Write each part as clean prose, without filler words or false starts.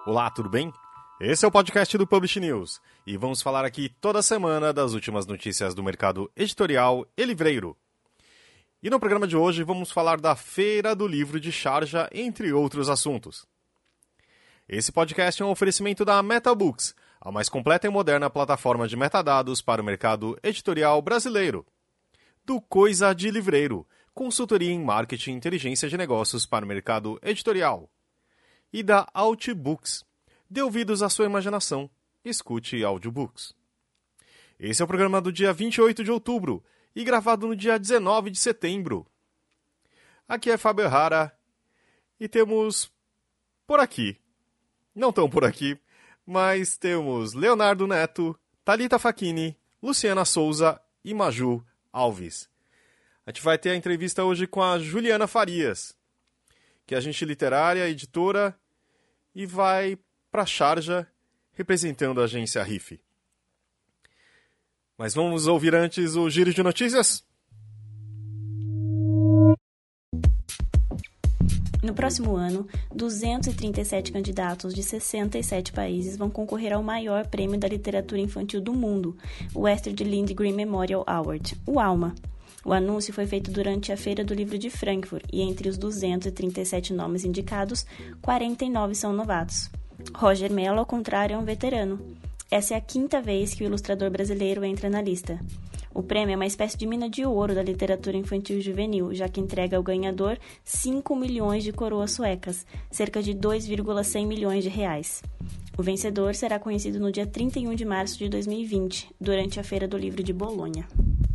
Olá, tudo bem? Esse é o podcast do Publish News e vamos falar aqui toda semana das últimas notícias do mercado editorial e livreiro. E no programa de hoje vamos falar da Feira do Livro de Sharjah, entre outros assuntos. Esse podcast é um oferecimento da MetaBooks, a mais completa e moderna plataforma de metadados para o mercado editorial brasileiro. Do Coisa de Livreiro, consultoria em marketing e inteligência de negócios para o mercado editorial. E da Outbooks. Dê ouvidos à sua imaginação. Escute audiobooks. Esse é o programa do dia 28 de outubro e gravado no dia 19 de setembro. Aqui é Fábio Errara e temos por aqui, não tão por aqui, mas temos Leonardo Neto, Thalita Facchini, Luciana Souza e Maju Alves. A gente vai ter a entrevista hoje com a Juliana Farias, que é agente literária, editora, e vai para Sharjah representando a agência RIF. Mas vamos ouvir antes o giro de notícias? No próximo ano, 237 candidatos de 67 países vão concorrer ao maior prêmio da literatura infantil do mundo, o Astrid Lindgren Memorial Award, o ALMA. O anúncio foi feito durante a Feira do Livro de Frankfurt e entre os 237 nomes indicados, 49 são novatos. Roger Mello, ao contrário, é um veterano. Essa é a quinta vez que o ilustrador brasileiro entra na lista. O prêmio é uma espécie de mina de ouro da literatura infantil e juvenil, já que entrega ao ganhador 5 milhões de coroas suecas, cerca de 2,100 milhões de reais. O vencedor será conhecido no dia 31 de março de 2020, durante a Feira do Livro de Bolonha.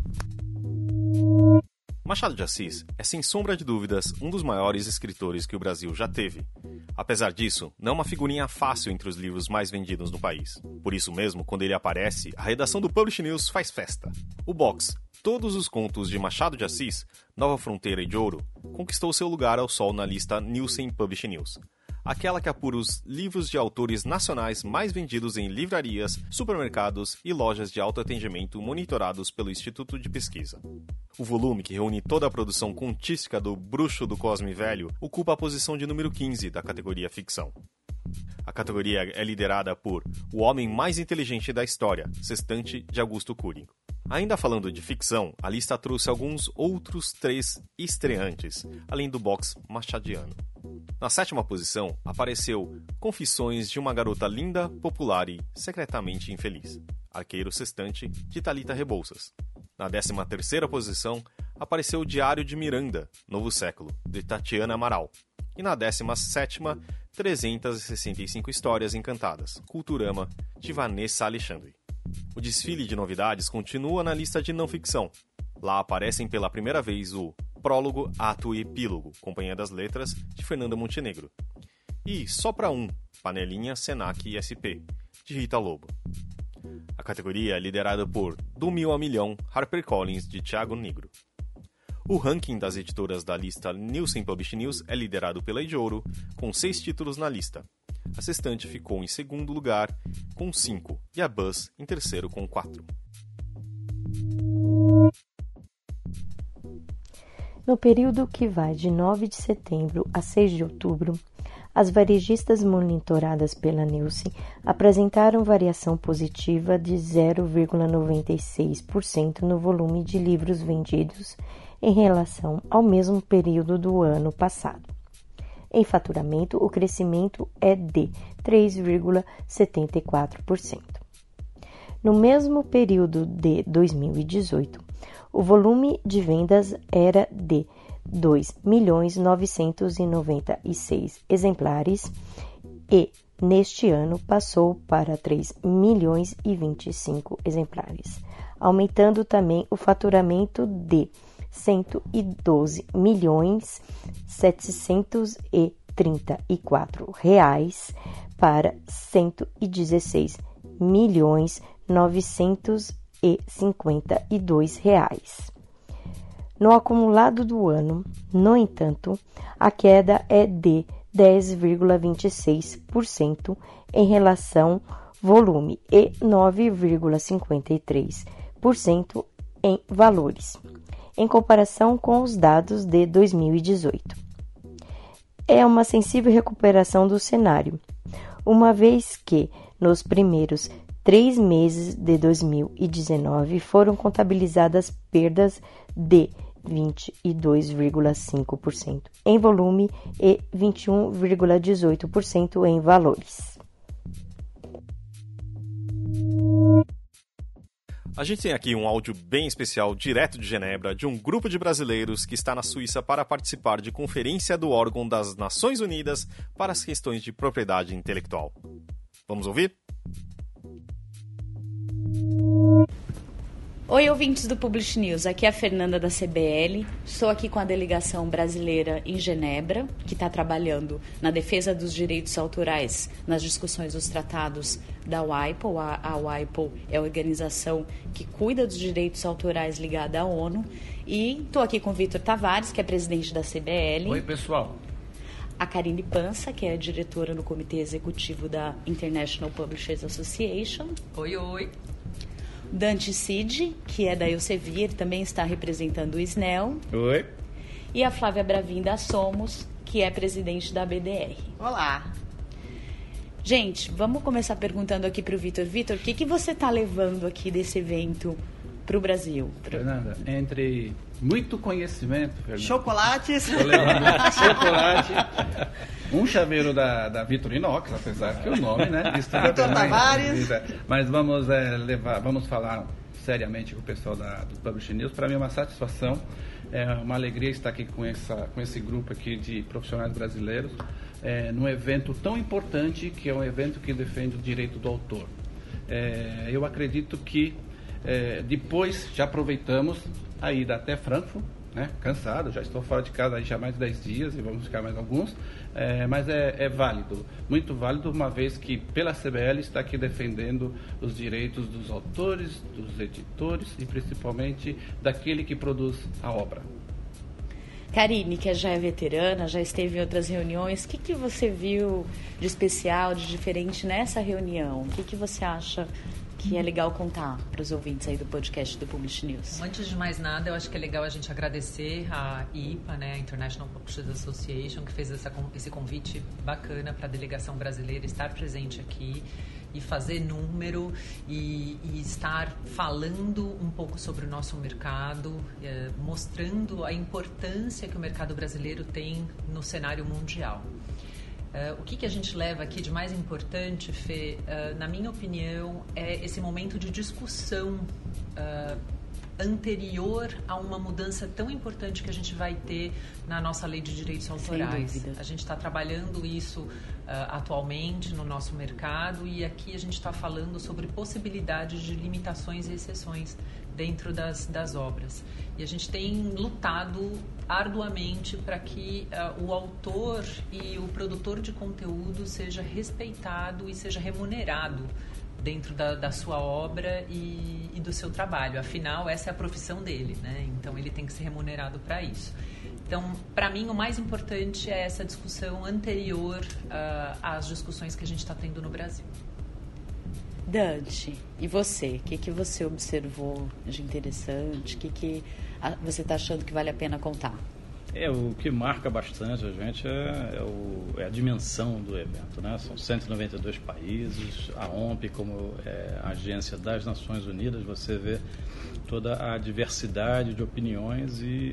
Machado de Assis é, sem sombra de dúvidas, um dos maiores escritores que o Brasil já teve. Apesar disso, não é uma figurinha fácil entre os livros mais vendidos no país. Por isso mesmo, quando ele aparece, a redação do Publish News faz festa. O box Todos os Contos de Machado de Assis, Nova Fronteira e de Ouro, conquistou seu lugar ao sol na lista Nielsen Publish News. Aquela que apura os livros de autores nacionais mais vendidos em livrarias, supermercados e lojas de autoatendimento monitorados pelo Instituto de Pesquisa. O volume, que reúne toda a produção contística do Bruxo do Cosme Velho, ocupa a posição de número 15 da categoria ficção. A categoria é liderada por O Homem Mais Inteligente da História, Sextante de Augusto Cury. Ainda falando de ficção, a lista trouxe alguns outros 3 estreantes, além do box machadiano. Na 7ª posição, apareceu Confissões de uma Garota Linda, Popular e Secretamente Infeliz, Arqueiro Sextante, de Thalita Rebouças. Na 13ª posição, apareceu Diário de Miranda, Novo Século, de Tatiana Amaral. E na 17ª, 365 Histórias Encantadas, Culturama, de Vanessa Alexandre. O desfile de novidades continua na lista de não-ficção. Lá aparecem pela primeira vez o Prólogo, Ato e Epílogo, Companhia das Letras, de Fernanda Montenegro. E Só Pra Um, Panelinha, Senac e SP, de Rita Lobo. A categoria é liderada por Do Mil a Milhão, HarperCollins, de Thiago Negro. O ranking das editoras da lista Nielsen Publish News é liderado pela Ediouro, com 6 títulos na lista. A Sextante ficou em segundo lugar, com 5, e a Buzz em terceiro, com 4. No período que vai de 9 de setembro a 6 de outubro, as varejistas monitoradas pela Nielsen apresentaram variação positiva de 0,96% no volume de livros vendidos em relação ao mesmo período do ano passado. Em faturamento, o crescimento é de 3,74%. No mesmo período de 2018, o volume de vendas era de 2.996 exemplares e, neste ano, passou para 3.025 exemplares, aumentando também o faturamento de R$112.734 para R$116.952. No acumulado do ano, no entanto, a queda é de 10,26% em relação ao volume e 9,53% em valores, em comparação com os dados de 2018. É uma sensível recuperação do cenário. uma vez que, nos primeiros 3 meses de 2019, foram contabilizadas perdas de 22,5% em volume e 21,18% em valores. A gente tem aqui um áudio bem especial, direto de Genebra, de um grupo de brasileiros que está na Suíça para participar de conferência do órgão das Nações Unidas para as questões de propriedade intelectual. Vamos ouvir? Oi, ouvintes do Publish News, aqui é a Fernanda da CBL, estou aqui com a delegação brasileira em Genebra, que está trabalhando na defesa dos direitos autorais nas discussões dos tratados da WIPO. A WIPO é a organização que cuida dos direitos autorais ligada à ONU, e estou aqui com o Vitor Tavares, que é presidente da CBL. Oi, pessoal. A Karine Pansa, que é a diretora no comitê executivo da International Publishers Association. Oi, oi. Dante Cid, que é da Elsevier, também está representando o SNEL. Oi. E a Flávia Bravin da Somos, que é presidente da BDR. Olá. Gente, vamos começar perguntando aqui para o Vitor. Vitor, o que você está levando aqui desse evento para o Brasil? Fernanda, entre muito conhecimento, Fernanda. Chocolates. Estou levando chocolate, um chaveiro da Vitorinox, apesar que o nome, né? Vitor Tavares. Mas vamos falar seriamente com o pessoal do Publish News. Para mim é uma satisfação, é uma alegria estar aqui com esse grupo aqui de profissionais brasileiros, num evento tão importante, que é um evento que defende o direito do autor. Eu acredito que depois já aproveitamos a ida até Frankfurt, né? Cansado, já estou fora de casa aí já há mais de 10 dias e vamos ficar mais alguns, mas é válido, muito válido, uma vez que pela CBL está aqui defendendo os direitos dos autores, dos editores e principalmente daquele que produz a obra. Karine, que já é veterana, já esteve em outras reuniões, o que você viu de especial, de diferente nessa reunião? O que você acha que é legal contar para os ouvintes aí do podcast do Publish News? Antes de mais nada, eu acho que é legal a gente agradecer a IPA, né, a International Publishers Association, que fez esse convite bacana para a delegação brasileira estar presente aqui e fazer número e estar falando um pouco sobre o nosso mercado, mostrando a importância que o mercado brasileiro tem no cenário mundial. O que a gente leva aqui de mais importante, Fê, na minha opinião, é esse momento de discussão anterior a uma mudança tão importante que a gente vai ter na nossa lei de direitos autorais. Sem dúvida. A gente está trabalhando isso atualmente no nosso mercado, e aqui a gente está falando sobre possibilidades de limitações e exceções dentro das obras. E a gente tem lutado arduamente para que o autor e o produtor de conteúdo seja respeitado e seja remunerado dentro da sua obra e do seu trabalho. Afinal, essa é a profissão dele, né? Então, ele tem que ser remunerado para isso. Então, para mim, o mais importante é essa discussão anterior às discussões que a gente está tendo no Brasil. Dante, e você? O que você observou de interessante? O que você está achando que vale a pena contar? O que marca bastante a gente é a dimensão do evento, né? São 192 países, a OMP como a agência das Nações Unidas, você vê toda a diversidade de opiniões e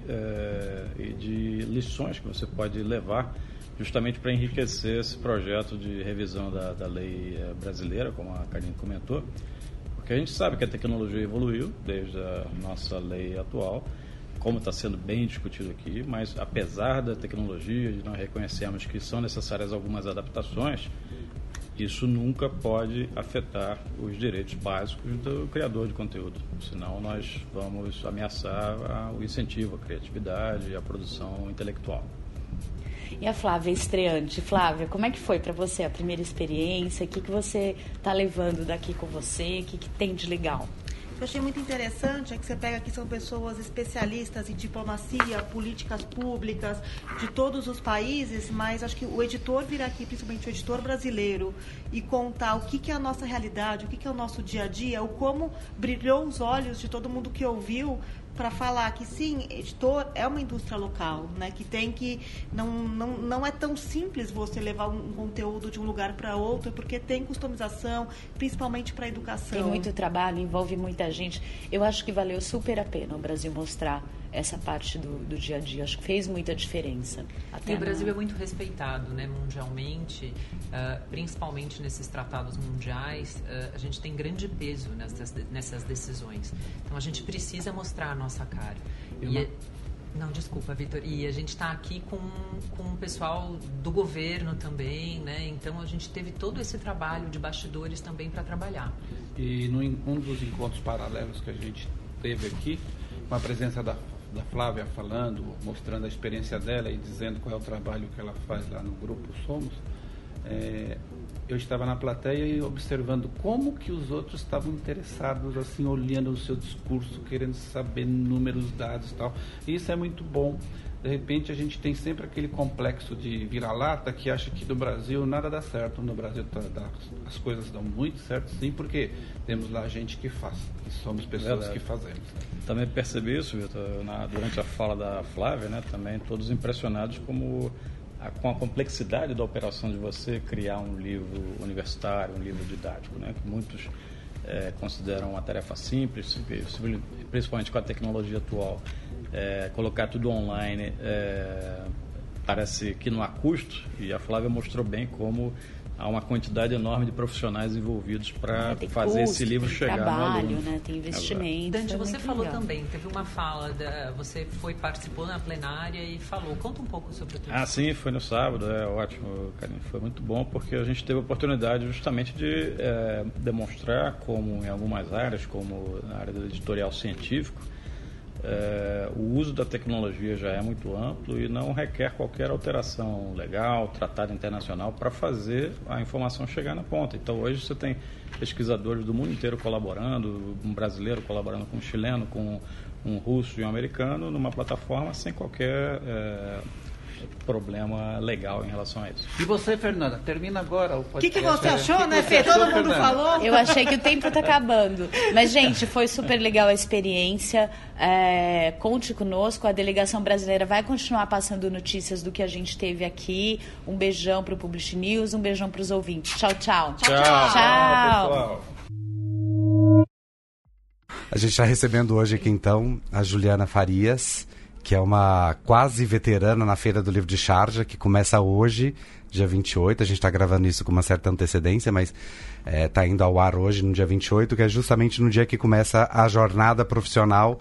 de lições que você pode levar justamente para enriquecer esse projeto de revisão da lei brasileira, como a Karine comentou, porque a gente sabe que a tecnologia evoluiu desde a nossa lei atual, como está sendo bem discutido aqui, mas apesar da tecnologia, de nós reconhecermos que são necessárias algumas adaptações, isso nunca pode afetar os direitos básicos do criador de conteúdo, senão nós vamos ameaçar o incentivo à criatividade e à produção intelectual. E a Flávia, estreante. Flávia, como é que foi para você a primeira experiência? O que você está levando daqui com você? O que tem de legal? O que eu achei muito interessante é que você pega aqui, são pessoas especialistas em diplomacia, políticas públicas, de todos os países, mas acho que o editor vir aqui, principalmente o editor brasileiro, e contar o que é a nossa realidade, o que é o nosso dia a dia, o como brilhou os olhos de todo mundo que ouviu, para falar que sim, editor é uma indústria local, né? Que tem que não é tão simples você levar um conteúdo de um lugar para outro, porque tem customização, principalmente para a educação. Tem muito trabalho, envolve muita gente. Eu acho que valeu super a pena o Brasil mostrar essa parte do dia a dia. Acho que fez muita diferença. E o Brasil é muito respeitado, né, mundialmente, principalmente nesses tratados mundiais. A gente tem grande peso nessas decisões. Então, a gente precisa mostrar a nossa cara. Não, desculpa, Vitor. E a gente está aqui com o pessoal do governo também, né? Então, a gente teve todo esse trabalho de bastidores também para trabalhar. E um dos encontros paralelos que a gente teve aqui, com a presença da Flávia falando, mostrando a experiência dela e dizendo qual é o trabalho que ela faz lá no Grupo Somos, eu estava na plateia e observando como que os outros estavam interessados, assim, olhando o seu discurso, querendo saber números, dados e tal. E isso é muito bom. De repente, a gente tem sempre aquele complexo de vira-lata que acha que no Brasil nada dá certo. No Brasil as coisas dão muito certo, sim, porque temos lá gente que faz. E somos pessoas que fazemos. Também percebi isso, Vitor, durante a fala da Flávia, né? Também todos impressionados com a complexidade da operação de você criar um livro universitário, um livro didático, né? Que muitos consideram uma tarefa simples, principalmente com a tecnologia atual. Colocar tudo online parece que não há custo, e a Flávia mostrou bem como há uma quantidade enorme de profissionais envolvidos para fazer esse livro chegar no aluno. Né? Tem investimento. Dante, você falou também, teve uma fala, você participou na plenária e falou. Conta um pouco sobre o teu sim, foi no sábado, ótimo, Karine, foi muito bom, porque a gente teve a oportunidade justamente de demonstrar como em algumas áreas, como na área do editorial científico, o uso da tecnologia já é muito amplo e não requer qualquer alteração legal, tratado internacional, para fazer a informação chegar na ponta. Então, hoje você tem pesquisadores do mundo inteiro colaborando, um brasileiro colaborando com um chileno, com um russo e um americano, numa plataforma sem qualquer problema legal em relação a isso. E você, Fernanda, termina agora o podcast. O que você achou, né, Fê? Todo mundo falou. Eu achei que o tempo está acabando. Mas, gente, foi super legal a experiência. Conte conosco. A delegação brasileira vai continuar passando notícias do que a gente teve aqui. Um beijão para o Publish News, um beijão para os ouvintes. Tchau, tchau. Tchau, pessoal. A gente está recebendo hoje aqui, então, a Juliana Farias, que é uma quase veterana na Feira do Livro de Sharjah, que começa hoje, dia 28. A gente está gravando isso com uma certa antecedência, mas está indo ao ar hoje, no dia 28, que é justamente no dia que começa a jornada profissional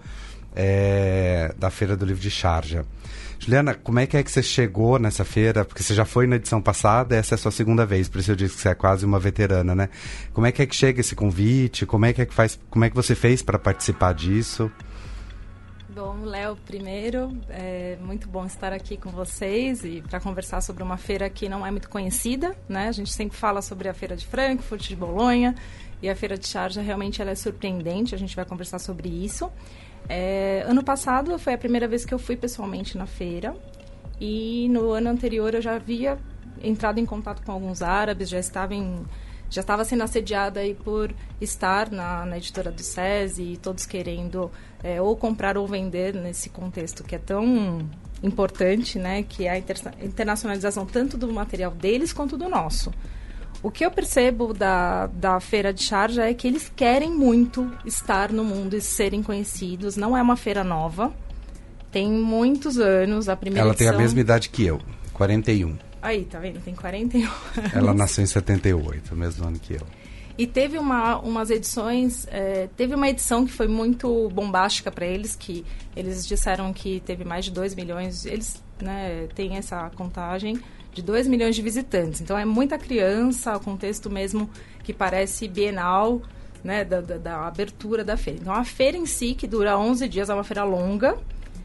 da Feira do Livro de Sharjah. Juliana, como é que você chegou nessa feira? Porque você já foi na edição passada, essa é a sua segunda vez, por isso eu disse que você é quase uma veterana, né? Como é que chega esse convite? Como é que você fez para participar disso? Bom, Léo, primeiro, é muito bom estar aqui com vocês e para conversar sobre uma feira que não é muito conhecida, né? A gente sempre fala sobre a feira de Frankfurt, de Bolonha, e a feira de Sharjah realmente ela é surpreendente, a gente vai conversar sobre isso. Ano passado foi a primeira vez que eu fui pessoalmente na feira, e no ano anterior eu já havia entrado em contato com alguns árabes, já estava sendo assediada aí por estar na editora do SESI, e todos querendo ou comprar ou vender nesse contexto que é tão importante, né, que é a internacionalização tanto do material deles quanto do nosso. O que eu percebo da Feira de Sharjah é que eles querem muito estar no mundo e serem conhecidos. Não é uma feira nova, tem muitos anos, a primeira edição... Ela tem a mesma idade que eu, 41. Aí, tá vendo? Tem 41 anos. Ela nasceu em 78, o mesmo ano que eu. E teve umas edições, teve uma edição que foi muito bombástica para eles, que eles disseram que teve mais de 2 milhões, eles têm essa contagem de 2 milhões de visitantes. Então é muita criança, o contexto mesmo que parece bienal, né, da abertura da feira. Então a feira em si, que dura 11 dias, é uma feira longa,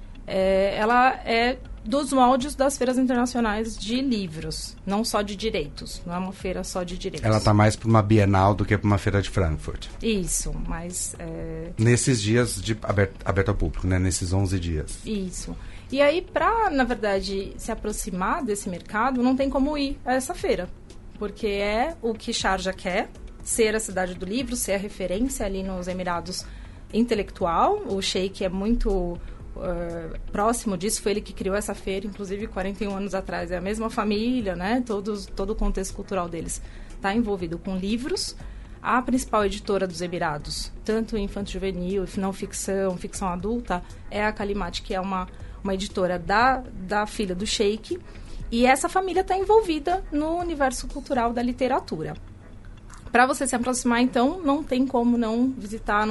ela é dos moldes das feiras internacionais de livros, não só de direitos. Não é uma feira só de direitos. Ela está mais para uma Bienal do que para uma feira de Frankfurt. Isso, mas... Nesses dias aberto ao público, né? Nesses 11 dias. Isso. E aí, para, na verdade, se aproximar desse mercado, não tem como ir a essa feira. Porque é o que Sharjah quer, ser a cidade do livro, ser a referência ali nos Emirados intelectual. O Sheikh é muito próximo disso, foi ele que criou essa feira, inclusive 41 anos atrás. É a mesma família, né? Todo o contexto cultural deles está envolvido com livros. A principal editora dos Emirados, tanto infanto-juvenil, não ficção, ficção adulta, é a Kalimati, que é uma editora da filha do Sheikh. E essa família está envolvida no universo cultural da literatura. Para você se aproximar, então, não tem como não visitar,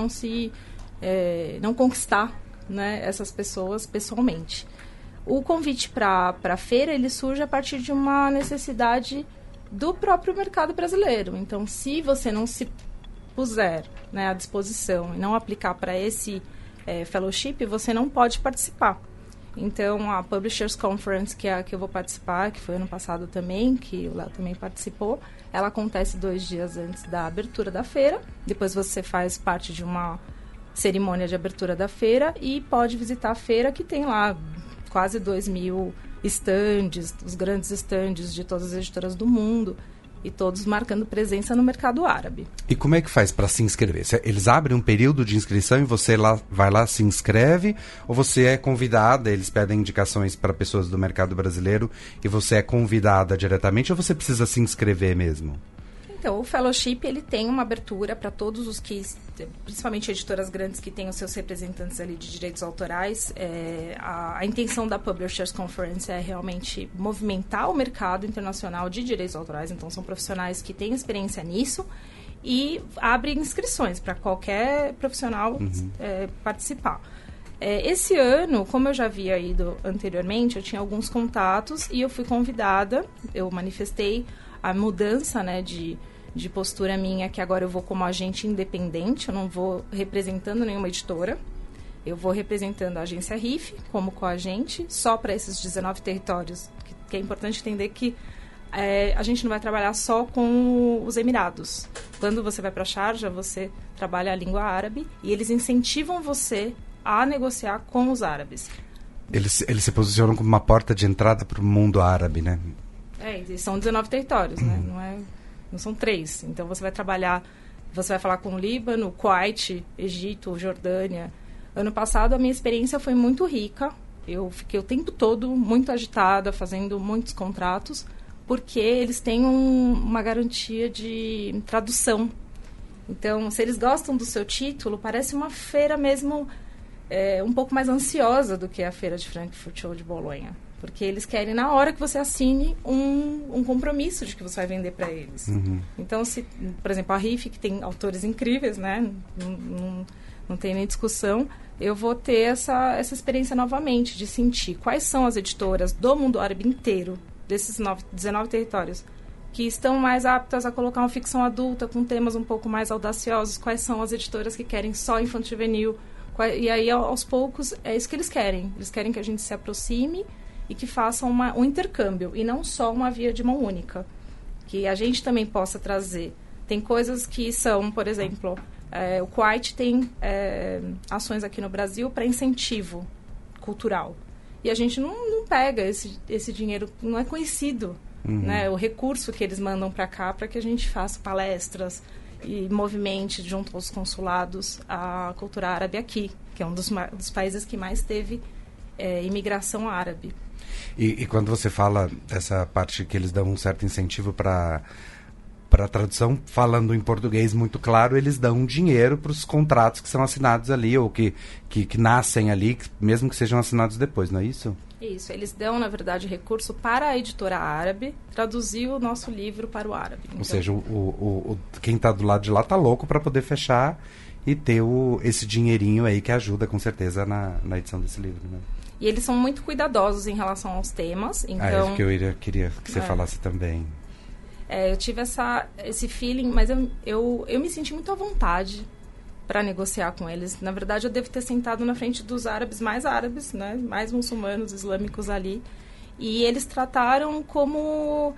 não conquistar, né, essas pessoas pessoalmente. O convite para a feira ele surge a partir de uma necessidade do próprio mercado brasileiro. Então, se você não se puser, né, à disposição e não aplicar para esse fellowship, você não pode participar. Então, a Publishers Conference, que é a que eu vou participar, que foi ano passado também, que o Léo também participou, ela acontece 2 dias antes da abertura da feira. Depois você faz parte de uma cerimônia de abertura da feira e pode visitar a feira, que tem lá quase 2.000 estandes, os grandes estandes de todas as editoras do mundo, e todos marcando presença no mercado árabe. E como é que faz para se inscrever? Eles abrem um período de inscrição e você vai lá, se inscreve, ou você é convidada, eles pedem indicações para pessoas do mercado brasileiro e você é convidada diretamente, ou você precisa se inscrever mesmo? Então, o fellowship ele tem uma abertura para todos os que, principalmente editoras grandes que têm os seus representantes ali de direitos autorais. A intenção da Publishers Conference é realmente movimentar o mercado internacional de direitos autorais. Então, são profissionais que têm experiência nisso e abrem inscrições para qualquer profissional participar. Esse ano, como eu já havia ido anteriormente, eu tinha alguns contatos e eu fui convidada, eu manifestei a mudança, né, de postura minha, que agora eu vou como agente independente, eu não vou representando nenhuma editora, eu vou representando a agência RIF como coagente, só para esses 19 territórios, que é importante entender que a gente não vai trabalhar só com os Emirados. Quando você vai para a Sharjah, você trabalha a língua árabe e eles incentivam você a negociar com os árabes. Eles se posicionam como uma porta de entrada para o mundo árabe, né? São 19 territórios, né? Não são 3. Então, você vai trabalhar, você vai falar com o Líbano, Kuwait, Egito, Jordânia. Ano passado, a minha experiência foi muito rica. Eu fiquei o tempo todo muito agitada, fazendo muitos contratos, porque eles têm uma garantia de tradução. Então, se eles gostam do seu título, parece uma feira mesmo um pouco mais ansiosa do que a feira de Frankfurt ou de Bolonha. Porque eles querem, na hora que você assine, um compromisso de que você vai vender para eles. Então, se, por exemplo, a RIF, que tem autores incríveis, né? Não tem nem discussão, eu vou ter essa experiência novamente, de sentir quais são as editoras do mundo árabe inteiro, desses 19 territórios, que estão mais aptas a colocar uma ficção adulta com temas um pouco mais audaciosos, quais são as editoras que querem só infanto-juvenil. E aí, aos poucos, é isso que eles querem. Eles querem que a gente se aproxime e que façam um intercâmbio, e não só uma via de mão única. Que a gente também possa trazer. Tem coisas que são, por exemplo, o Kuwait tem ações aqui no Brasil para incentivo cultural. E a gente não pega esse dinheiro, não é conhecido, né? O recurso que eles mandam para cá para que a gente faça palestras e movimente junto aos consulados a cultura árabe aqui, que é um dos países que mais teve imigração árabe. E quando você fala dessa parte que eles dão um certo incentivo para a tradução, falando em português muito claro, eles dão dinheiro para os contratos que são assinados ali, ou que nascem ali, mesmo que sejam assinados depois, não é isso? Isso, eles dão, na verdade, recurso para a editora árabe traduzir o nosso livro para o árabe. Então, ou seja, quem está do lado de lá está louco para poder fechar e ter esse dinheirinho aí que ajuda, com certeza, na edição desse livro, né? E eles são muito cuidadosos em relação aos temas. Então, isso que eu queria que você falasse também. Eu tive esse feeling, mas eu me senti muito à vontade para negociar com eles. Na verdade, eu devo ter sentado na frente dos árabes, né, mais muçulmanos, islâmicos ali. E eles trataram com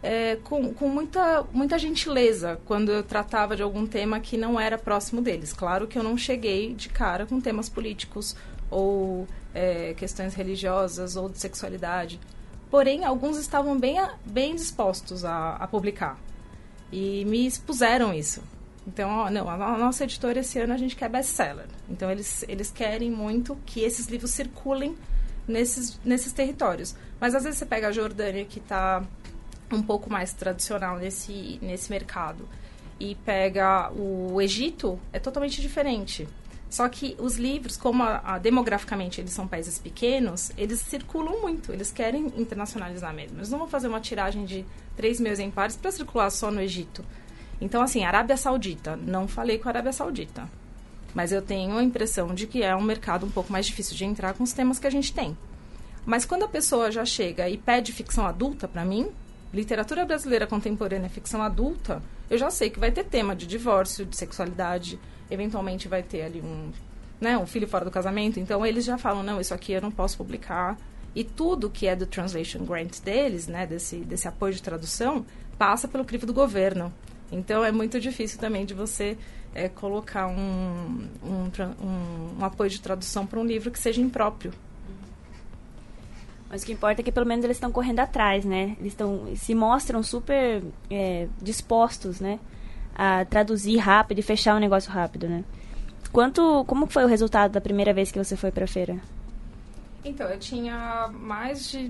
muita gentileza quando eu tratava de algum tema que não era próximo deles. Claro que eu não cheguei de cara com temas políticos ou questões religiosas ou de sexualidade. Porém, alguns estavam bem dispostos a publicar. E me expuseram isso. Então, não, a nossa editora esse ano a gente quer best-seller. Então, eles querem muito que esses livros circulem nesses territórios. Mas, às vezes, você pega a Jordânia, que está um pouco mais tradicional nesse mercado, e pega o Egito, é totalmente diferente. Só que os livros, como demograficamente eles são países pequenos, eles circulam muito, eles querem internacionalizar mesmo. Eles não vão fazer uma tiragem de 3.000 exemplares para circular só no Egito. Então, assim, Arábia Saudita, não falei com a Arábia Saudita, mas eu tenho a impressão de que é um mercado um pouco mais difícil de entrar com os temas que a gente tem. Mas quando a pessoa já chega e pede ficção adulta para mim, literatura brasileira contemporânea, ficção adulta, eu já sei que vai ter tema de divórcio, de sexualidade, eventualmente vai ter ali um filho fora do casamento. Então, eles já falam, não, isso aqui eu não posso publicar. E tudo que é do Translation Grant deles, né, desse apoio de tradução, passa pelo crivo do governo. Então, é muito difícil também de você colocar um apoio de tradução para um livro que seja impróprio. Mas o que importa é que pelo menos eles estão correndo atrás, né? Eles se mostram super dispostos, né, a traduzir rápido e fechar o negócio rápido, né? Como foi o resultado da primeira vez que você foi para a feira? Então, eu tinha mais de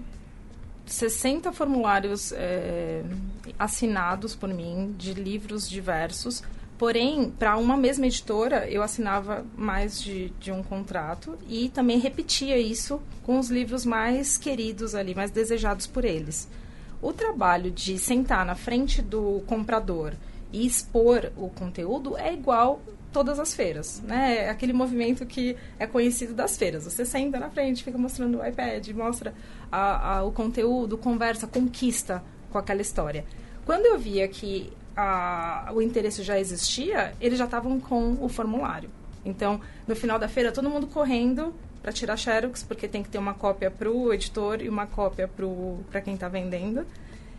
60 formulários assinados por mim, de livros diversos. Porém, para uma mesma editora, eu assinava mais de um contrato e também repetia isso com os livros mais queridos ali, mais desejados por eles. O trabalho de sentar na frente do comprador e expor o conteúdo é igual todas as feiras, né? É aquele movimento que é conhecido das feiras. Você senta na frente, fica mostrando o iPad, mostra o conteúdo, conversa, conquista com aquela história. Quando eu via que o interesse já existia, eles já estavam com o formulário. Então, no final da feira, todo mundo correndo para tirar xerox, porque tem que ter uma cópia para o editor e uma cópia para quem está vendendo.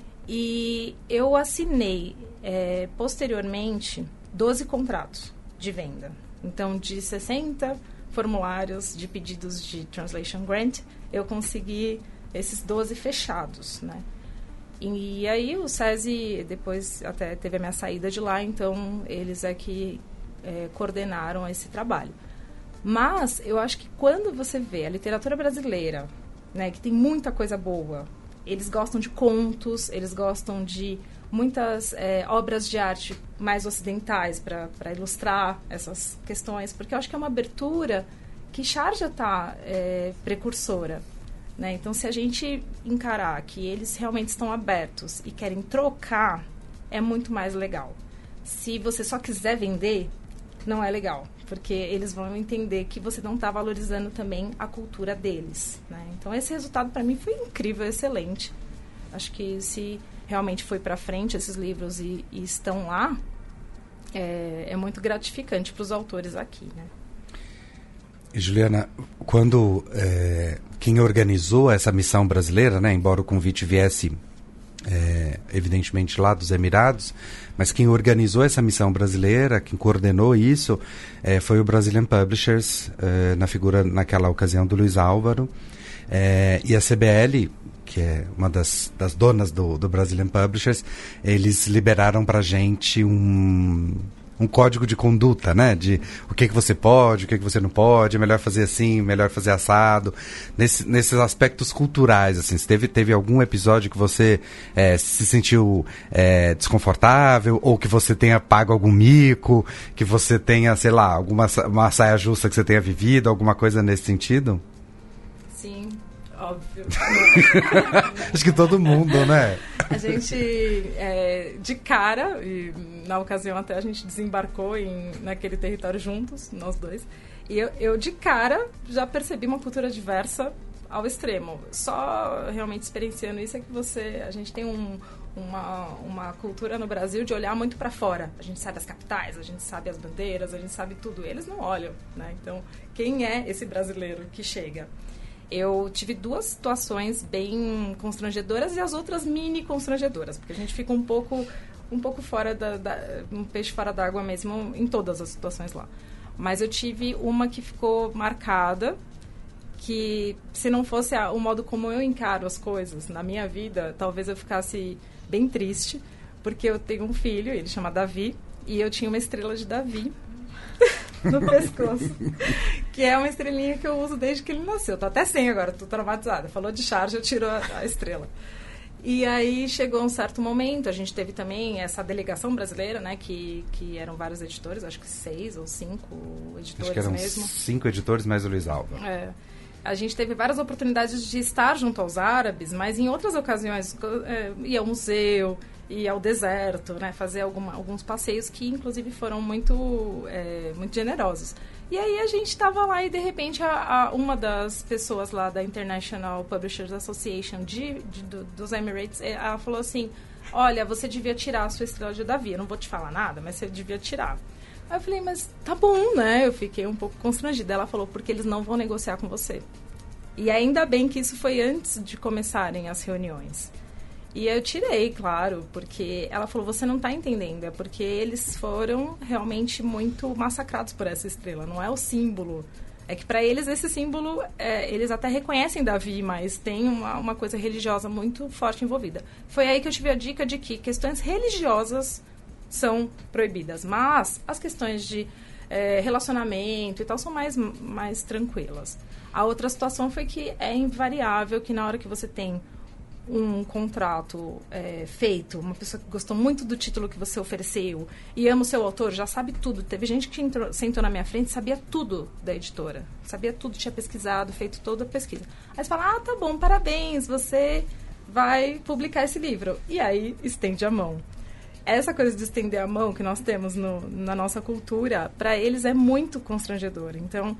E eu assinei, posteriormente, 12 contratos de venda. Então, de 60 formulários de pedidos de Translation Grant, eu consegui esses 12 fechados, né? E aí o SESI depois até teve a minha saída de lá, então eles que coordenaram esse trabalho. Mas eu acho que quando você vê a literatura brasileira, né, que tem muita coisa boa, eles gostam de contos, eles gostam de muitas obras de arte mais ocidentais para ilustrar essas questões, porque eu acho que é uma abertura que Sharjah está precursora. Né? Então, se a gente encarar que eles realmente estão abertos e querem trocar, é muito mais legal. Se você só quiser vender, não é legal, porque eles vão entender que você não está valorizando também a cultura deles. Né? Então, esse resultado, para mim, foi incrível, excelente. Acho que se realmente foi para frente esses livros e estão lá, é muito gratificante para os autores aqui, né? E, Juliana, quando quem organizou essa missão brasileira, né, embora o convite viesse, evidentemente, lá dos Emirados, mas quem organizou essa missão brasileira, quem coordenou isso, foi o Brazilian Publishers, na figura, naquela ocasião, do Luiz Álvaro, e a CBL, que é uma das donas do Brazilian Publishers, eles liberaram para a gente um código de conduta, né? De o que você pode, o que você não pode, é melhor fazer assim, melhor fazer assado. Nesses aspectos culturais, assim, teve algum episódio que você se sentiu desconfortável, ou que você tenha pago algum mico, que você tenha, sei lá, uma saia justa que você tenha vivido, alguma coisa nesse sentido? Sim, óbvio. Acho que todo mundo, né? A gente, de cara, e na ocasião até a gente desembarcou naquele território juntos, nós dois, e eu de cara já percebi uma cultura diversa ao extremo. Só realmente experienciando isso é que a gente tem uma cultura no Brasil de olhar muito para fora. A gente sabe as capitais, a gente sabe as bandeiras, a gente sabe tudo. Eles não olham, né? Então, quem é esse brasileiro que chega? Eu tive 2 situações bem constrangedoras e as outras mini constrangedoras, porque a gente fica um pouco fora um peixe fora d'água mesmo em todas as situações lá. Mas eu tive uma que ficou marcada, que se não fosse o modo como eu encaro as coisas na minha vida, talvez eu ficasse bem triste, porque eu tenho um filho, ele chama Davi, e eu tinha uma estrela de Davi no pescoço, que é uma estrelinha que eu uso desde que ele nasceu. Tô até sem agora, tô traumatizada. Falou de charge, eu tiro a estrela. E aí chegou um certo momento, a gente teve também essa delegação brasileira, né, que eram vários editores, acho que 6 ou 5 editores acho que eram mesmo. 5 editores mais o Luiz Alva. A gente teve várias oportunidades de estar junto aos árabes, mas em outras ocasiões ia ao museu, ia ao deserto, né, fazer alguns passeios que inclusive foram muito generosos. E aí a gente estava lá e de repente uma das pessoas lá da International Publishers Association dos Emirates, ela falou assim, olha, você devia tirar a sua estrela de Davi, eu não vou te falar nada, mas você devia tirar. Aí eu falei, mas tá bom, né? Eu fiquei um pouco constrangida. Ela falou, porque eles não vão negociar com você. E ainda bem que isso foi antes de começarem as reuniões. E eu tirei, claro, porque ela falou, você não está entendendo, é porque eles foram realmente muito massacrados por essa estrela, não é o símbolo. É que para eles esse símbolo, eles até reconhecem Davi, mas tem uma coisa religiosa muito forte envolvida. Foi aí que eu tive a dica de que questões religiosas são proibidas, mas as questões de relacionamento e tal são mais tranquilas. A outra situação foi que é invariável que na hora que você tem um contrato feito, uma pessoa que gostou muito do título que você ofereceu e ama o seu autor, já sabe tudo. Teve gente que sentou na minha frente e sabia tudo da editora. Sabia tudo, tinha pesquisado, feito toda a pesquisa. Aí você fala, tá bom, parabéns, você vai publicar esse livro. E aí, estende a mão. Essa coisa de estender a mão que nós temos na nossa cultura, para eles é muito constrangedor. Então,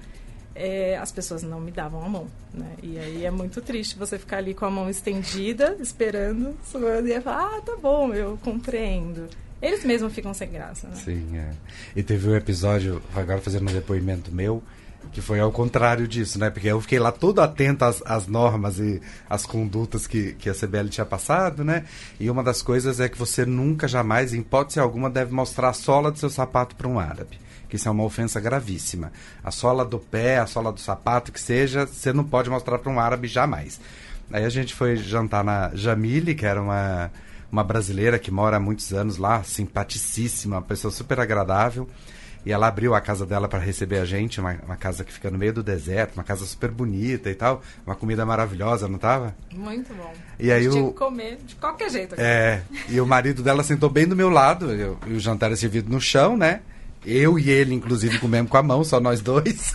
as pessoas não me davam a mão, né? E aí é muito triste você ficar ali com a mão estendida, esperando, suando, e falar, tá bom, eu compreendo. Eles mesmos ficam sem graça, né? Sim, E teve um episódio, agora fazendo um depoimento meu, que foi ao contrário disso, né? Porque eu fiquei lá todo atento às normas e às condutas que a CBL tinha passado, né? E uma das coisas é que você nunca, jamais, em hipótese alguma, deve mostrar a sola do seu sapato para um árabe. Que isso é uma ofensa gravíssima. A sola do pé, a sola do sapato, que seja, você não pode mostrar para um árabe jamais. Aí a gente foi jantar na Jamile, que era uma brasileira que mora há muitos anos lá, simpaticíssima, uma pessoa super agradável. E ela abriu a casa dela para receber a gente, uma casa que fica no meio do deserto, uma casa super bonita e tal, uma comida maravilhosa, não tava? Muito bom. E aí tinha que comer de qualquer jeito. Aqui. E o marido dela sentou bem do meu lado, e o jantar era servido no chão, né? Eu e ele, inclusive, comemos com a mão, só nós dois.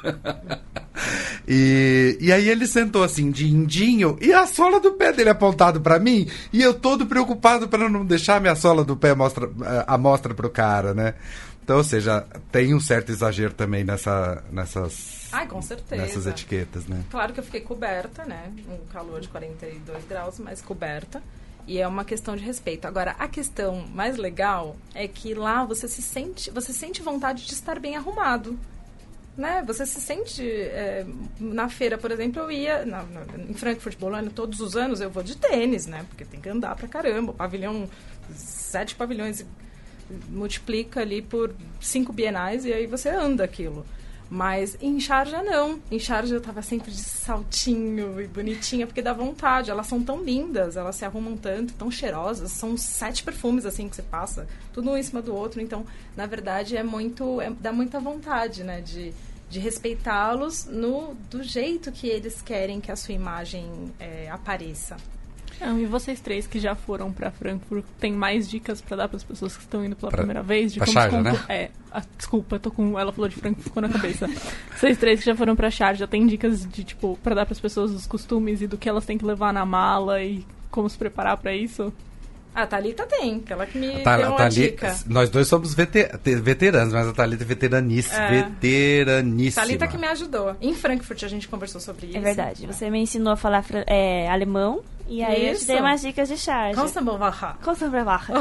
E aí ele sentou assim, de indinho, e a sola do pé dele apontado pra mim, e eu todo preocupado para não deixar minha sola do pé à mostra pro cara, né? Então, ou seja, tem um certo exagero também nessas... Ai, com certeza. Nessas etiquetas, né? Claro que eu fiquei coberta, né? Um calor de 42 graus, mas coberta. E é uma questão de respeito. Agora, a questão mais legal é que lá você sente vontade de estar bem arrumado. Né? Você se sente... na feira, por exemplo, eu ia... em Frankfurt, Bolonha, todos os anos eu vou de tênis, né? Porque tem que andar pra caramba. O pavilhão... 7 pavilhões... multiplica ali por 5 bienais e aí você anda aquilo. Mas em Sharjah não. Em Sharjah eu tava sempre de saltinho e bonitinha, porque dá vontade. Elas são tão lindas, elas se arrumam tanto, tão cheirosas. São 7 perfumes assim que você passa, tudo um em cima do outro. Então, na verdade, dá muita vontade, né, de respeitá-los do jeito que eles querem que a sua imagem apareça. E vocês três que já foram pra Frankfurt, tem mais dicas pra dar pras pessoas que estão indo pela primeira vez? De pra como Sharjah, né? Desculpa, ela falou de Frankfurt, ficou na cabeça. Vocês três que já foram pra Sharjah, tem dicas de, tipo, pra dar pras pessoas os costumes e do que elas têm que levar na mala e como se preparar pra isso? A Thalita tem, aquela que me deu uma dica. Nós dois somos veteranos, mas a Thalita é veteraníssima. Thalita que me ajudou. Em Frankfurt a gente conversou sobre isso. É verdade. Você me ensinou a falar alemão e aí eu te dei umas dicas de Sharjah. Konstantinwache.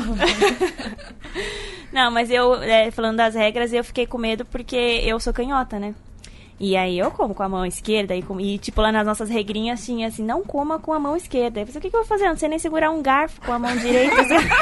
Não, mas eu, falando das regras, eu fiquei com medo porque eu sou canhota, né? E aí eu como com a mão esquerda e tipo, lá nas nossas regrinhas tinha assim, não coma com a mão esquerda. Aí eu falei, o que eu vou fazer? Eu não sei nem segurar um garfo com a mão direita.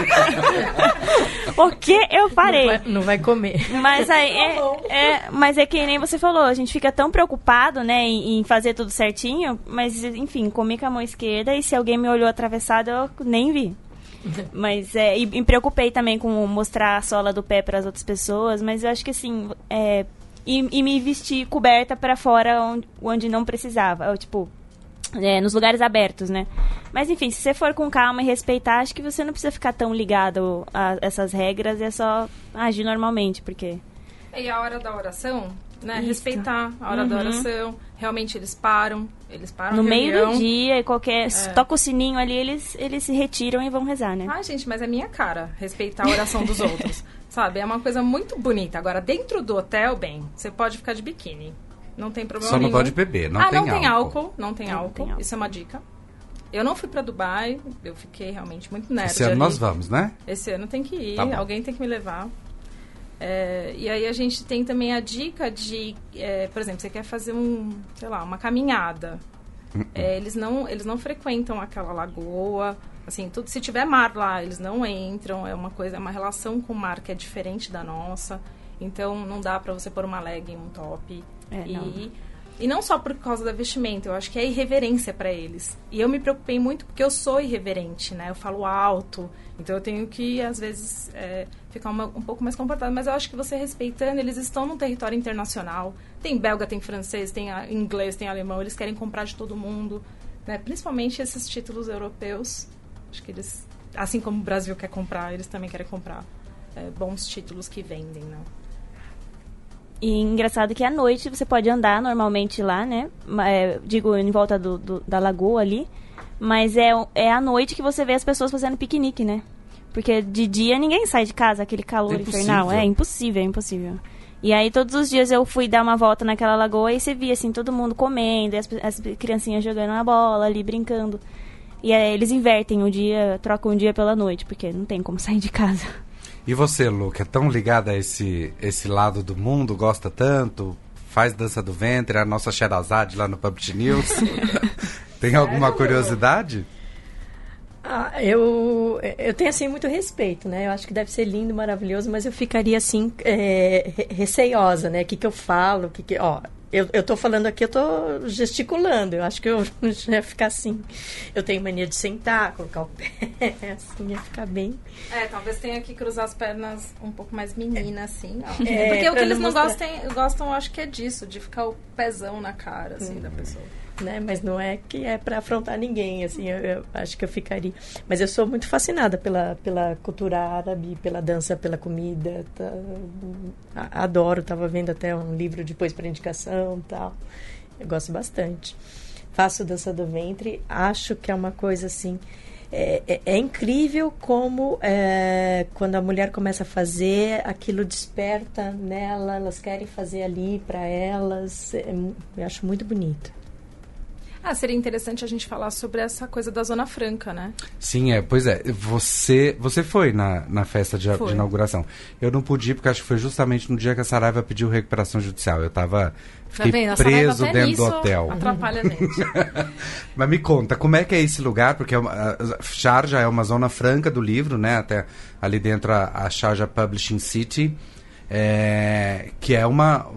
Porque eu parei. Não vai comer. Mas aí mas é que nem você falou, a gente fica tão preocupado, né, em fazer tudo certinho, mas enfim, comi com a mão esquerda e se alguém me olhou atravessado, eu nem vi. Mas e me preocupei também com mostrar a sola do pé para as outras pessoas, mas eu acho que assim, e me vestir coberta para fora onde não precisava, tipo, nos lugares abertos, né? Mas enfim, se você for com calma e respeitar, acho que você não precisa ficar tão ligado a essas regras, é só agir normalmente, porque... E a hora da oração, né? Isso. Respeitar a hora da oração. Realmente eles param no meio do dia, toca o sininho ali, eles se retiram e vão rezar, né? Ai, gente, mas é minha cara respeitar a oração dos outros, sabe? É uma coisa muito bonita. Agora, dentro do hotel, bem, você pode ficar de biquíni. Não tem problema nenhum. Só não pode beber, não tem álcool. Não tem álcool. Isso é uma dica. Eu não fui pra Dubai, eu fiquei realmente muito nerd. Esse ano nós vamos, né? Esse ano tem que ir, alguém tem que me levar. E aí a gente tem também a dica de, por exemplo, você quer fazer uma caminhada. Eles não frequentam aquela lagoa, assim, se tiver mar lá, eles não entram, é uma relação com o mar que é diferente da nossa, então não dá pra você pôr uma legging, um top. E não só por causa da vestimenta, eu acho que é irreverência pra eles. E eu me preocupei muito porque eu sou irreverente, né? Eu falo alto, então eu tenho que, às vezes, ficar um pouco mais comportada. Mas eu acho que você respeitando, eles estão num território internacional. Tem belga, tem francês, tem inglês, tem alemão. Eles querem comprar de todo mundo, né? Principalmente esses títulos europeus. Acho que eles, assim como o Brasil quer comprar, eles também querem comprar bons títulos que vendem, né? E engraçado que à noite você pode andar normalmente lá, né? Digo, em volta da lagoa ali. Mas é à noite que você vê as pessoas fazendo piquenique, né? Porque de dia ninguém sai de casa, aquele calor infernal. É impossível. E aí todos os dias eu fui dar uma volta naquela lagoa e você via, assim, todo mundo comendo, as criancinhas jogando a bola ali, brincando. E aí eles invertem o dia, trocam o dia pela noite, porque não tem como sair de casa. E você, Lu, que é tão ligada a esse lado do mundo, gosta tanto, faz dança do ventre, a nossa Sherazade lá no Publish News. Tem alguma curiosidade? Eu tenho, assim, muito respeito, né? Eu acho que deve ser lindo, maravilhoso, mas eu ficaria, assim, receiosa, né? O que eu falo, Eu tô falando aqui, eu tô gesticulando. Eu acho que eu já ia ficar assim. Eu tenho mania de sentar, colocar o pé, assim, ia ficar bem. Talvez tenha que cruzar as pernas um pouco mais menina, assim. Porque o que eles não gostam, eu acho que é disso, de ficar o pezão na cara, assim, da pessoa. Né? Mas não é que é para afrontar ninguém, assim, eu acho que eu ficaria. Mas eu sou muito fascinada pela cultura árabe, pela dança, pela comida. Adoro, estava vendo até um livro depois para indicação e tal. Eu gosto bastante. Faço dança do ventre, acho que é uma coisa assim. É incrível como quando a mulher começa a fazer, aquilo desperta nela, elas querem fazer ali para elas. Eu acho muito bonito. Seria interessante a gente falar sobre essa coisa da Zona Franca, né? Sim, pois é. Você foi na festa de inauguração. Eu não pude ir porque acho que foi justamente no dia que a Saraiva pediu recuperação judicial. Fiquei preso dentro do hotel. Atrapalha a gente. Mas me conta, como é que é esse lugar? Porque Sharjah é uma zona franca do livro, né? Até ali dentro a Sharjah Publishing City. Que é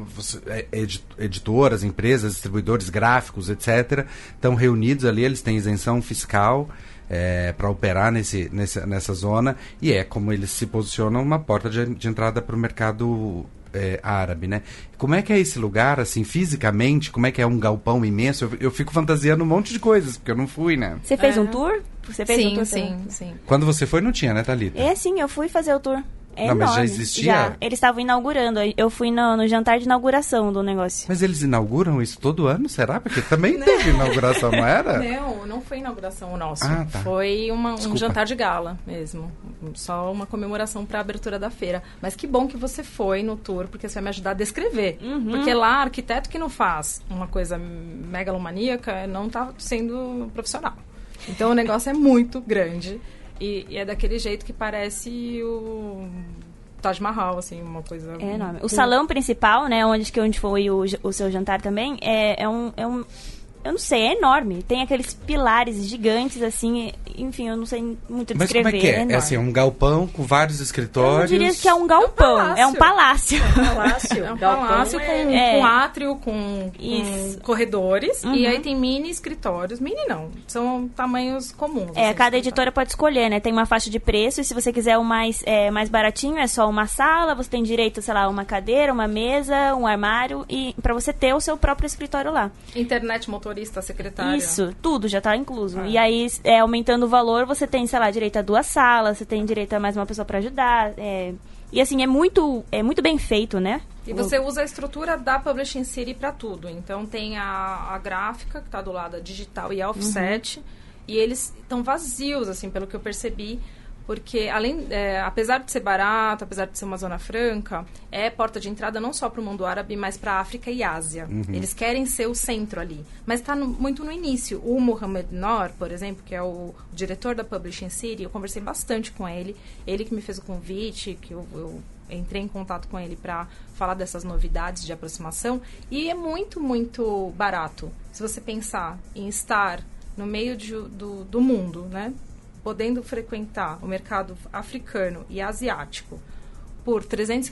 editoras, empresas, distribuidores gráficos, etc. Estão reunidos ali, eles têm isenção fiscal para operar nessa zona, e como eles se posicionam, uma porta de entrada para o mercado árabe, né? Como é que é esse lugar, assim, fisicamente? Como é que é um galpão imenso? Eu fico fantasiando um monte de coisas, porque eu não fui, né? Você fez um tour? Você fez um tour? Sim. Quando você foi, não tinha, né, Thalita? Sim, eu fui fazer o tour. Não, mas já existia? Já. Eles estavam inaugurando. Eu fui no jantar de inauguração do negócio. Mas eles inauguram isso todo ano, será? Porque também teve inauguração, não era? Não foi inauguração o nosso. Tá. Foi um jantar de gala mesmo. Só uma comemoração para a abertura da feira. Mas que bom que você foi no tour, porque você vai me ajudar a descrever. Porque lá, arquiteto que não faz uma coisa megalomaníaca não tá sendo profissional. Então o negócio é muito grande. E é daquele jeito que parece o Taj Mahal, assim, uma coisa... É enorme. O salão principal, né, onde foi o seu jantar também, é um eu não sei, é enorme. Tem aqueles pilares gigantes, assim, enfim, eu não sei muito Mas descrever. como é que é? É assim, um galpão com vários escritórios? Eu não diria que é um galpão, é um palácio. É um palácio com átrio, com corredores, Uhum. e aí tem mini escritórios. Mini não, são tamanhos comuns. É, assim, cada editora pode escolher, né? Tem uma faixa de preço e se você quiser o mais baratinho, é só uma sala, você tem direito, sei lá, uma cadeira, uma mesa, um armário, e pra você ter o seu próprio escritório lá. Internet, motorista, secretária. Isso, tudo já tá incluso. E aí, aumentando o valor, você tem, sei lá, direito a 2 salas, você tem direito a mais uma pessoa pra ajudar. E assim, é muito bem feito, né? E você usa a estrutura da Publishing City para tudo. Então tem a gráfica, que está do lado, a digital e a offset. E eles estão vazios, assim, pelo que eu percebi. Porque, apesar de ser barato, apesar de ser uma zona franca, é porta de entrada não só para o mundo árabe, mas para a África e Ásia. Eles querem ser o centro ali. Mas está muito no início. O Mohamed Noor, por exemplo, que é o diretor da Publishing City, eu conversei bastante com ele. Ele que me fez o convite, que eu entrei em contato com ele para falar dessas novidades de aproximação. E é muito, muito barato. Se você pensar em estar no meio do mundo, né? Podendo frequentar o mercado africano e asiático por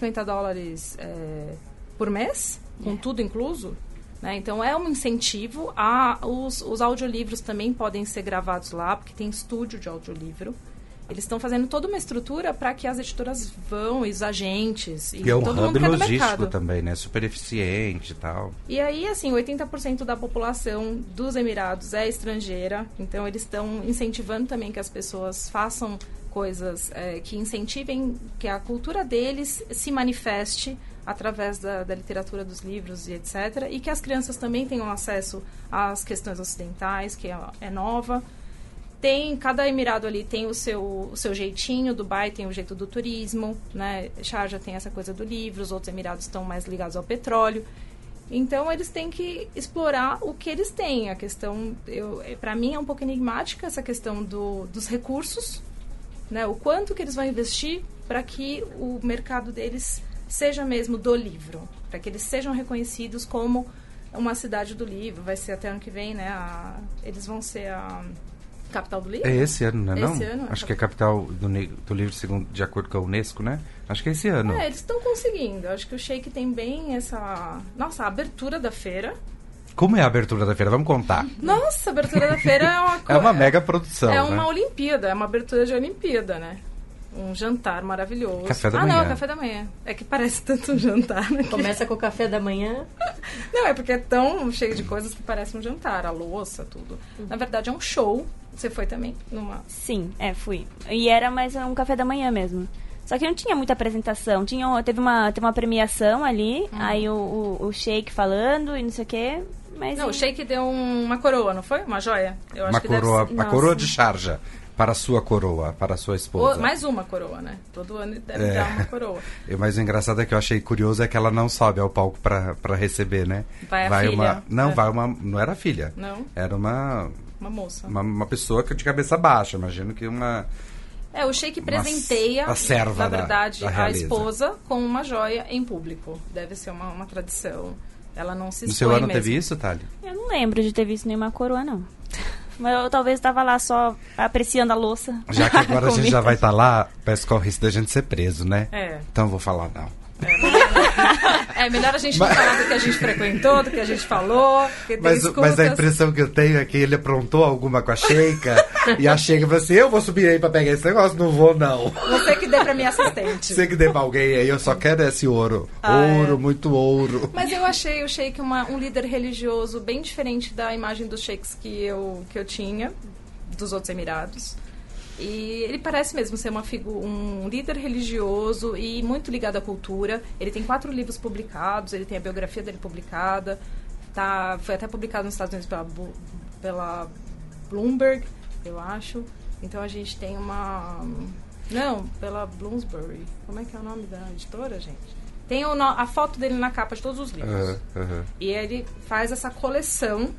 $350 por mês, com tudo incluso, né? Então é um incentivo. Os audiolivros também podem ser gravados lá, porque tem estúdio de audiolivro. Eles estão fazendo toda uma estrutura para que as editoras vão, e os agentes... E é um hub logístico também, né? Super eficiente e tal. E aí, assim, 80% da população dos Emirados é estrangeira. Então, eles estão incentivando também que as pessoas façam coisas que incentivem que a cultura deles se manifeste através da literatura, dos livros e etc. E que as crianças também tenham acesso às questões ocidentais, que é nova. Cada emirado ali tem o seu jeitinho. Dubai tem o jeito do turismo, né? Sharjah tem essa coisa do livro, os outros emirados estão mais ligados ao petróleo. Então, eles têm que explorar o que eles têm. A questão, para mim, é um pouco enigmática essa questão dos recursos, né? O quanto que eles vão investir para que o mercado deles seja mesmo do livro, para que eles sejam reconhecidos como uma cidade do livro. Vai ser até ano que vem, né? Eles vão ser a capital do livro? É esse ano, não é? Esse ano, acho que é a capital do livro, segundo, de acordo com a Unesco, né? Acho que é esse ano. Eles estão conseguindo. Acho que o Sheikh tem bem essa... Nossa, a abertura da feira. Como é a abertura da feira? Vamos contar. Nossa, a abertura da feira é uma coisa... É uma mega produção, É né? uma Olimpíada, é uma abertura de Olimpíada, né? Um jantar maravilhoso. Café da manhã. Não, café da manhã. É que parece tanto um jantar, né? Começa com o café da manhã. Não, é porque é tão cheio de coisas que parece um jantar. A louça, tudo. Na verdade, é um show. Você foi também? Sim, fui. E era mais um café da manhã mesmo. Só que não tinha muita apresentação. Teve uma premiação ali, aí o Sheikh falando e não sei o quê. Mas não, o Sheikh deu uma coroa, não foi? Uma joia? Eu acho uma que coroa, deve ser... a coroa de Sharjah. Para a sua coroa, para a sua esposa. Mais uma coroa, né? Todo ano deve dar uma coroa. Mas o engraçado é que eu achei curioso é que ela não sobe ao palco para receber, né? Vai a filha. Não era a filha. Não? Era uma moça. Uma pessoa de cabeça baixa, imagino que uma... o Sheikh presenteia, a serva, na verdade, da a esposa com uma joia em público. Deve ser uma tradição. Ela não se expõe. No seu ano mesmo. teve isso, Thali? Eu não lembro de ter visto nenhuma coroa, não. Mas eu talvez estava lá só apreciando a louça. Já que agora a gente já vai estar lá, parece que corre o risco da gente ser preso, né? Então eu vou falar não. Melhor a gente não falar do que a gente frequentou, do que a gente falou. Mas a impressão que eu tenho é que ele aprontou alguma com a Sheikha e a Sheikha falou assim, eu vou subir aí pra pegar esse negócio, não vou não. Você que dê pra minha assistente. Você que dê pra alguém aí, eu só quero esse ouro. Muito ouro. Mas eu achei o Sheikh um líder religioso bem diferente da imagem dos sheiks que eu tinha, dos outros Emirados. E ele parece mesmo ser um líder religioso e muito ligado à cultura. Ele tem 4 livros publicados, ele tem a biografia dele publicada. Foi até publicado nos Estados Unidos pela Bloomberg, eu acho. Então a gente tem pela Bloomsbury. Como é que é o nome da editora, gente? Tem a foto dele na capa de todos os livros. E ele faz essa coleção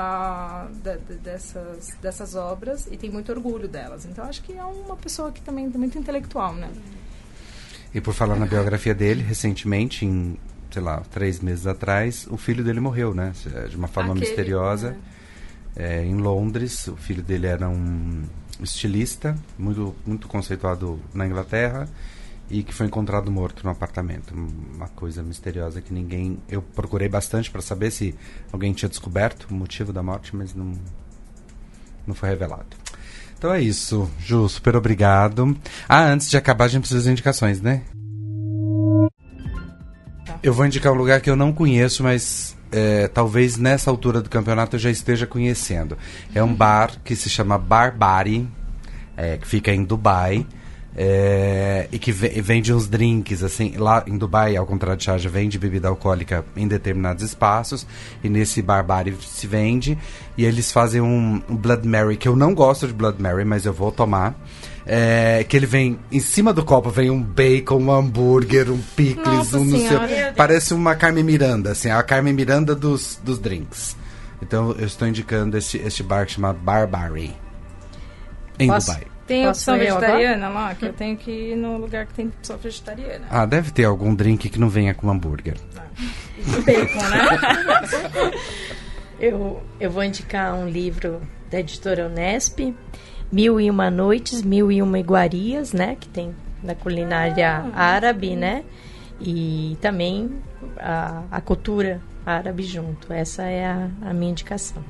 dessas obras e tem muito orgulho delas. Então, acho que é uma pessoa que também é muito intelectual, né? E por falar na biografia dele, recentemente, em, 3 meses atrás, o filho dele morreu, né? De uma forma misteriosa. em Londres. O filho dele era um estilista, muito, muito conceituado na Inglaterra, e que foi encontrado morto no apartamento. Uma coisa misteriosa que ninguém... Eu procurei bastante para saber se alguém tinha descoberto o motivo da morte, mas não foi revelado. Então é isso, Ju, super obrigado. Antes de acabar, a gente precisa de indicações, né? Eu vou indicar um lugar que eu não conheço, mas talvez nessa altura do campeonato eu já esteja conhecendo. É um bar que se chama Barbari, que fica em Dubai, e que vende uns drinks, assim. Lá em Dubai, ao contrário de Sharjah, vende bebida alcoólica em determinados espaços, e nesse Barbari se vende, e eles fazem um Blood Mary, que eu não gosto de Blood Mary, mas eu vou tomar. Que ele vem, em cima do copo vem um bacon, um hambúrguer, um picles, parece uma Carmen Miranda, assim, a Carmen Miranda dos drinks. Então eu estou indicando este bar que chama Barbari, em Dubai. Tem opção vegetariana lá? Que eu tenho que ir no lugar que tem opção vegetariana. Deve ter algum drink que não venha com hambúrguer. Bacon, né? eu vou indicar um livro da editora Unesp, 1001 Noites, 1001 Iguarias, né? Que tem da culinária árabe, né? E também a cultura árabe junto. Essa é a minha indicação.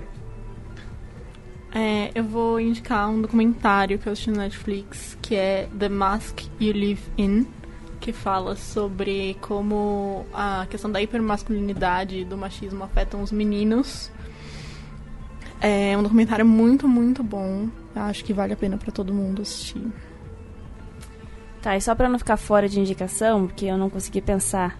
Eu vou indicar um documentário que eu assisti no Netflix, que é The Mosque You Live In, que fala sobre como a questão da hipermasculinidade e do machismo afetam os meninos. É um documentário muito, muito bom. Eu acho que vale a pena pra todo mundo assistir. Tá, e só pra não ficar fora de indicação, porque eu não consegui pensar.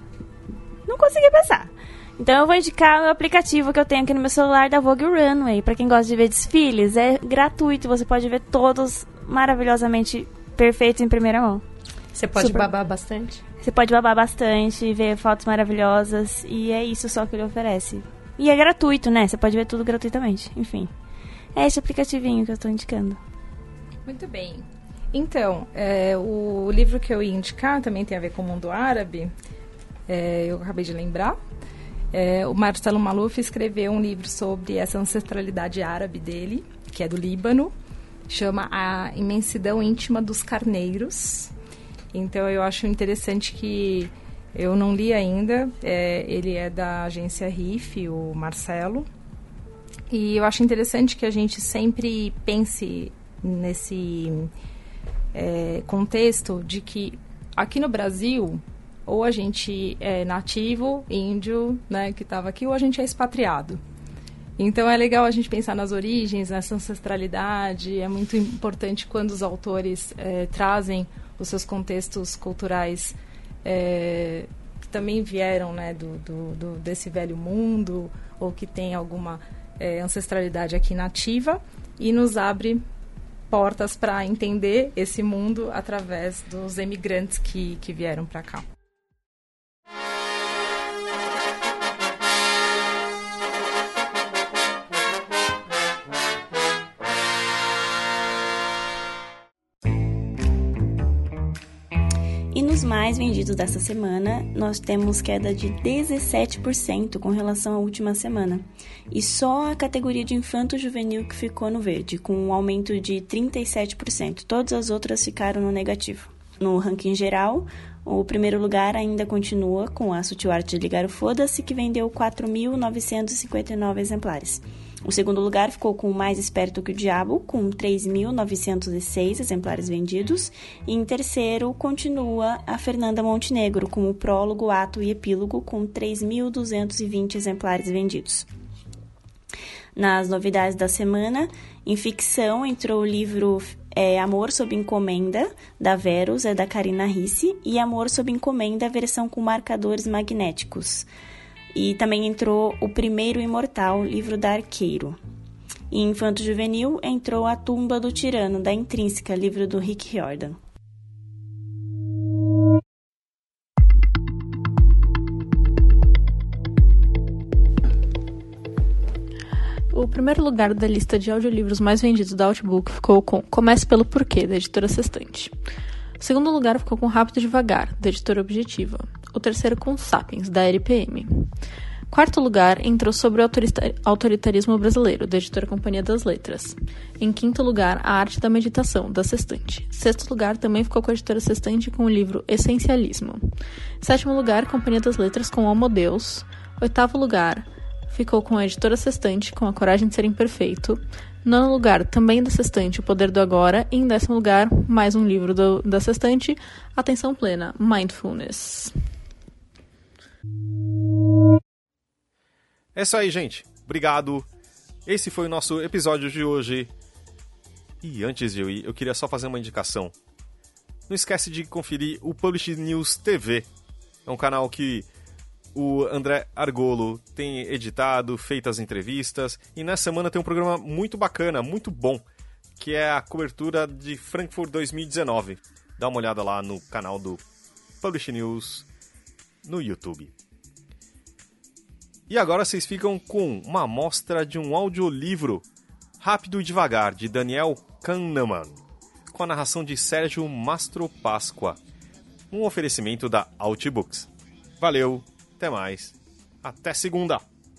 Então eu vou indicar o aplicativo que eu tenho aqui no meu celular da Vogue Runway. Pra quem gosta de ver desfiles, é gratuito. Você pode ver todos maravilhosamente perfeitos em primeira mão. Você pode babar bastante? Você pode babar bastante, ver fotos maravilhosas. E é isso só que ele oferece. E é gratuito, né? Você pode ver tudo gratuitamente. Enfim, é esse aplicativinho que eu tô indicando. Muito bem. Então, o livro que eu ia indicar também tem a ver com o mundo árabe. Eu acabei de lembrar. O Marcelo Maluf escreveu um livro sobre essa ancestralidade árabe dele, que é do Líbano. Chama A Imensidão Íntima dos Carneiros. Então, eu acho interessante que... Eu não li ainda, ele é da agência RIF, o Marcelo. E eu acho interessante que a gente sempre pense nesse contexto de que aqui no Brasil, ou a gente é nativo, índio, né, que estava aqui, ou a gente é expatriado. Então é legal a gente pensar nas origens, nessa ancestralidade. É muito importante quando os autores trazem os seus contextos culturais que também vieram, né, desse velho mundo, ou que tem alguma ancestralidade aqui nativa, e nos abre portas para entender esse mundo através dos emigrantes que vieram para cá. E nos mais vendidos dessa semana, nós temos queda de 17% com relação à última semana. E só a categoria de infanto-juvenil que ficou no verde, com um aumento de 37%. Todas as outras ficaram no negativo. No ranking geral, o primeiro lugar ainda continua com a Sutil Arte de Ligar o Foda-se, que vendeu 4.959 exemplares. O segundo lugar ficou com o Mais Esperto que o Diabo, com 3.906 exemplares vendidos. E em terceiro, continua a Fernanda Montenegro, com o Prólogo, Ato e Epílogo, com 3.220 exemplares vendidos. Nas novidades da semana, em ficção, entrou o livro Amor Sob Encomenda, da Verus, da Karina Risse, e Amor Sob Encomenda, versão com marcadores magnéticos. E também entrou O Primeiro Imortal, livro da Arqueiro. E em Infanto Juvenil entrou A Tumba do Tirano, da Intrínseca, livro do Rick Riordan. O primeiro lugar da lista de audiolivros mais vendidos da Outbook ficou com Comece pelo Porquê, da editora Sextante. O segundo lugar ficou com Rápido e Devagar, da editora Objetiva. O terceiro com Sapiens, da RPM. Quarto lugar entrou sobre o autoritarismo brasileiro, da editora Companhia das Letras. Em quinto lugar, A Arte da Meditação, da Sextante. Sexto lugar também ficou com a editora Sextante com o livro Essencialismo. Sétimo lugar, Companhia das Letras com Homo Deus. Oitavo lugar, ficou com a editora Sextante com A Coragem de Ser Imperfeito. Nono lugar, também da Sextante, O Poder do Agora. E em 10º lugar, mais um livro da Sextante, Atenção Plena, Mindfulness. É isso aí, gente. Obrigado. Esse foi o nosso episódio de hoje. E antes de eu ir, eu queria só fazer uma indicação. Não esquece de conferir o Publish News TV. É um canal que o André Argolo tem editado, feito as entrevistas, e nessa semana tem um programa muito bacana, muito bom, que é a cobertura de Frankfurt 2019. Dá uma olhada lá no canal do Publish News no YouTube. E agora vocês ficam com uma amostra de um audiolivro Rápido e Devagar, de Daniel Kahneman, com a narração de Sérgio Mastro Pasqua. Um oferecimento da Outbooks. Valeu! Até mais. Até segunda.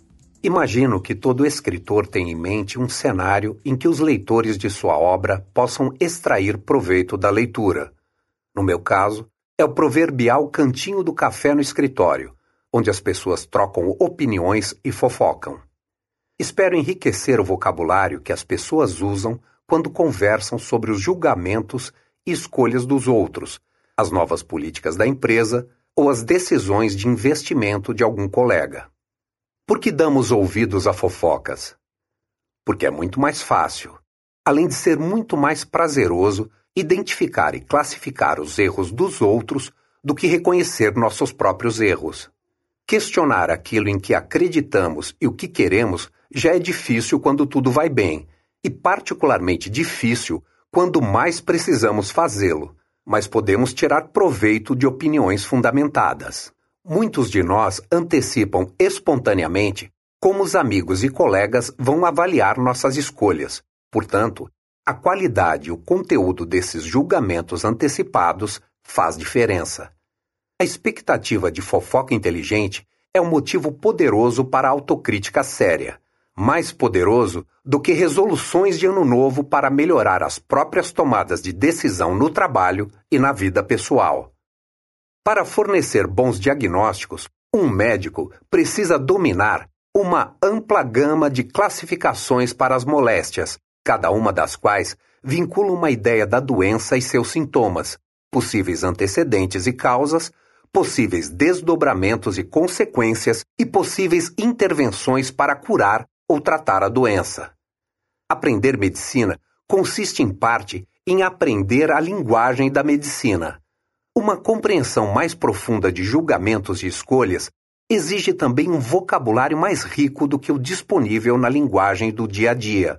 Imagino que todo escritor tem em mente um cenário em que os leitores de sua obra possam extrair proveito da leitura. No meu caso, é o proverbial cantinho do café no escritório, onde as pessoas trocam opiniões e fofocam. Espero enriquecer o vocabulário que as pessoas usam quando conversam sobre os julgamentos e escolhas dos outros, as novas políticas da empresa ou as decisões de investimento de algum colega. Por que damos ouvidos a fofocas? Porque é muito mais fácil, além de ser muito mais prazeroso, identificar e classificar os erros dos outros do que reconhecer nossos próprios erros. Questionar aquilo em que acreditamos e o que queremos já é difícil quando tudo vai bem, e particularmente difícil quando mais precisamos fazê-lo, mas podemos tirar proveito de opiniões fundamentadas. Muitos de nós antecipam espontaneamente como os amigos e colegas vão avaliar nossas escolhas. Portanto, a qualidade e o conteúdo desses julgamentos antecipados faz diferença. A expectativa de fofoca inteligente é um motivo poderoso para a autocrítica séria, mais poderoso do que resoluções de ano novo para melhorar as próprias tomadas de decisão no trabalho e na vida pessoal. Para fornecer bons diagnósticos, um médico precisa dominar uma ampla gama de classificações para as moléstias, cada uma das quais vincula uma ideia da doença e seus sintomas, possíveis antecedentes e causas, possíveis desdobramentos e consequências e possíveis intervenções para curar ou tratar a doença. Aprender medicina consiste, em parte, em aprender a linguagem da medicina. Uma compreensão mais profunda de julgamentos e escolhas exige também um vocabulário mais rico do que o disponível na linguagem do dia a dia.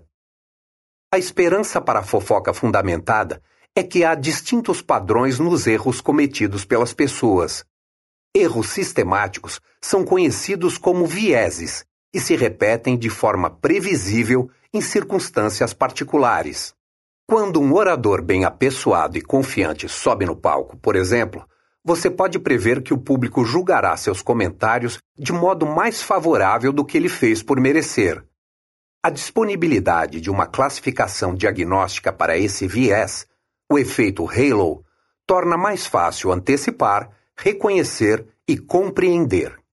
A esperança para a fofoca fundamentada é que há distintos padrões nos erros cometidos pelas pessoas. Erros sistemáticos são conhecidos como vieses e se repetem de forma previsível em circunstâncias particulares. Quando um orador bem apessoado e confiante sobe no palco, por exemplo, você pode prever que o público julgará seus comentários de modo mais favorável do que ele fez por merecer. A disponibilidade de uma classificação diagnóstica para esse viés, o efeito halo, torna mais fácil antecipar, reconhecer e compreender.